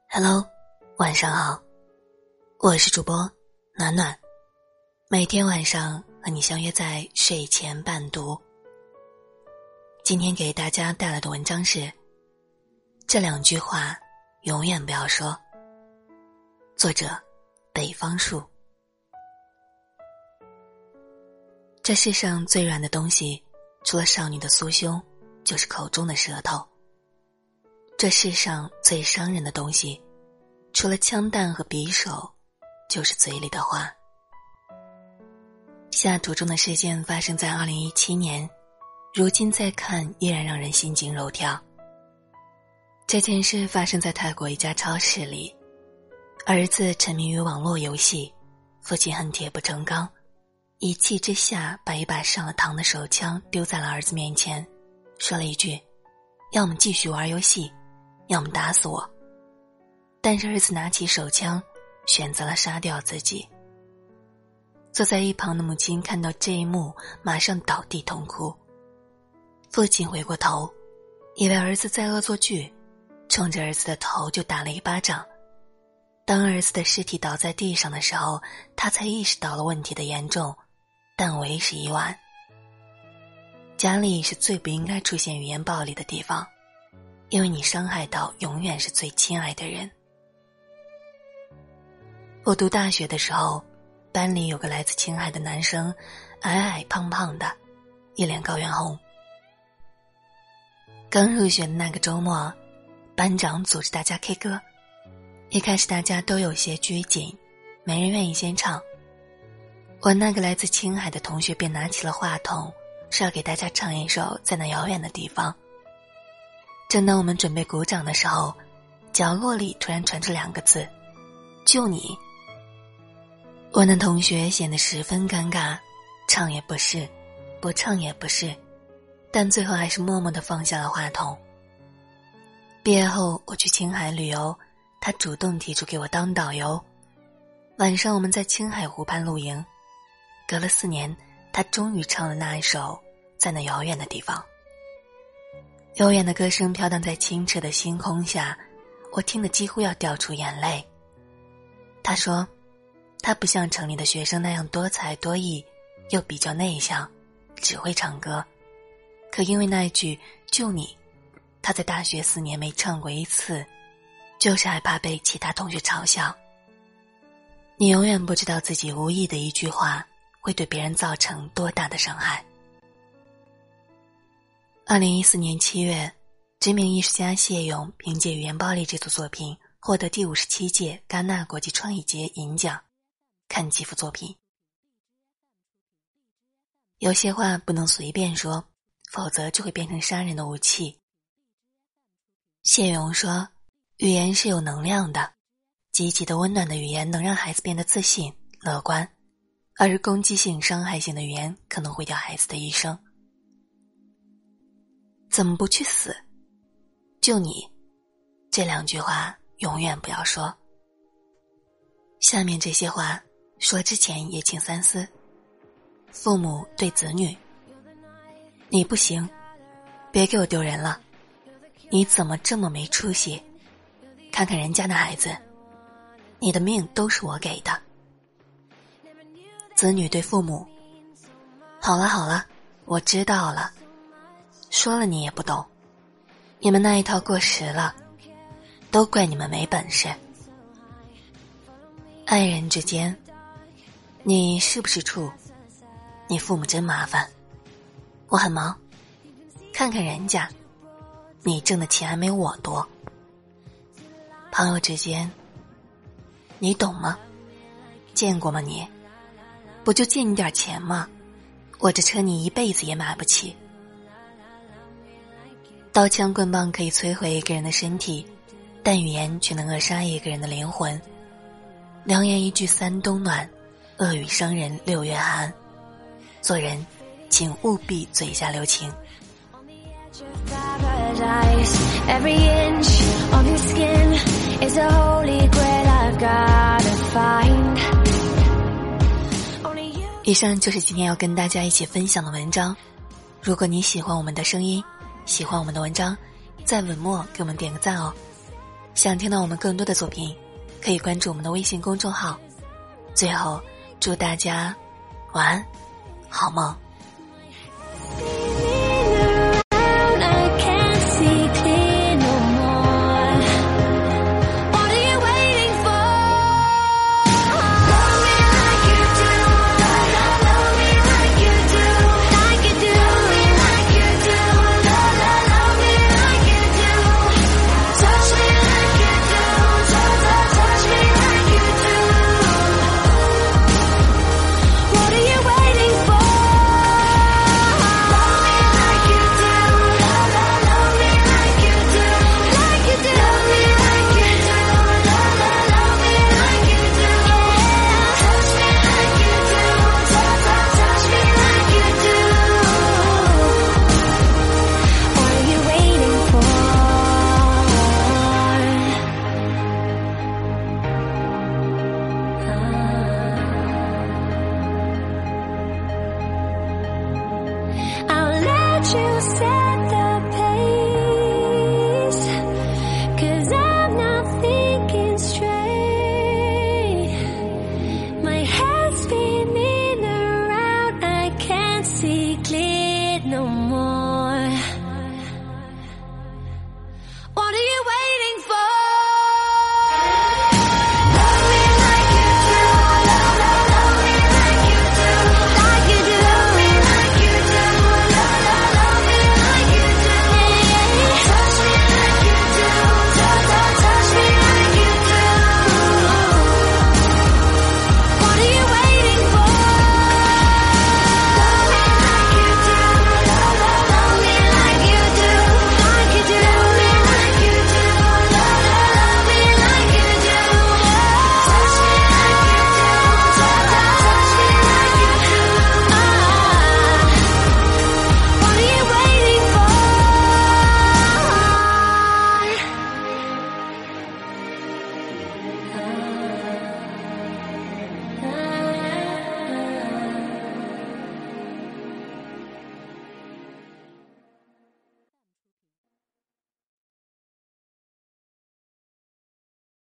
Hello， 晚上好，我是主播暖暖，每天晚上和你相约在睡前伴读。今天给大家带来的文章是这两句话永远不要说，作者北方树。这世上最软的东西，除了少女的酥胸，就是口中的舌头。这世上最伤人的东西，除了枪弹和匕首，就是嘴里的话。下图中的事件发生在2017年，如今再看依然让人心惊肉跳。这件事发生在泰国一家超市里，儿子沉迷于网络游戏，父亲恨铁不成钢，一气之下把一把上了膛的手枪丢在了儿子面前，说了一句：要么继续玩游戏，要么打死我。但是儿子拿起手枪，选择了杀掉自己。坐在一旁的母亲看到这一幕，马上倒地痛哭。父亲回过头，以为儿子在恶作剧，冲着儿子的头就打了一巴掌。当儿子的尸体倒在地上的时候，他才意识到了问题的严重，但为时已晚。家里是最不应该出现语言暴力的地方，因为你伤害到永远是最亲爱的人。我读大学的时候，班里有个来自青海的男生，矮矮胖胖的，一脸高原红。刚入学的那个周末，班长组织大家 K 歌，一开始大家都有些拘谨，没人愿意先唱。我那个来自青海的同学便拿起了话筒，是要给大家唱一首《在那遥远的地方》。正当我们准备鼓掌的时候，角落里突然传出2个字：就你。我那同学显得十分尴尬，唱也不是，不唱也不是，但最后还是默默地放下了话筒。毕业后我去青海旅游，他主动提出给我当导游。晚上我们在青海湖畔露营，隔了4年，他终于唱了那一首《在那遥远的地方》。悠远的歌声飘荡在清澈的星空下，我听得几乎要掉出眼泪。他说他不像城里的学生那样多才多艺，又比较内向，只会唱歌。可因为那一句就你，他在大学4年没唱过一次，就是害怕被其他同学嘲笑。你永远不知道自己无意的一句话会对别人造成多大的伤害。2014年7月，知名艺术家谢勇凭借《语言暴力》这组作品获得第57届戛纳国际创意节银奖。看几幅作品。有些话不能随便说，否则就会变成杀人的武器。谢勇说，语言是有能量的，积极的温暖的语言能让孩子变得自信乐观，而攻击性伤害性的语言可能毁掉孩子的一生。怎么不去死？就你，这2句话永远不要说。下面这些话说之前也请三思。父母对子女，你不行，别给我丢人了，你怎么这么没出息？看看人家的孩子，你的命都是我给的。子女对父母，好了好了，我知道了，说了你也不懂，你们那一套过时了，都怪你们没本事。爱人之间，你是不是处？你父母真麻烦，我很忙，看看人家，你挣的钱还没我多。朋友之间，你懂吗？见过吗你？不就借你点钱吗？我这车你一辈子也买不起。刀枪棍棒可以摧毁一个人的身体，但语言却能扼杀一个人的灵魂。良言一句3冬暖，恶语伤人6月寒。做人请务必嘴下留情。以上就是今天要跟大家一起分享的文章。如果你喜欢我们的声音，喜欢我们的文章，在文末给我们点个赞哦。 想听到我们更多的作品，可以关注我们的微信公众号。最后，祝大家晚安，好梦。 You said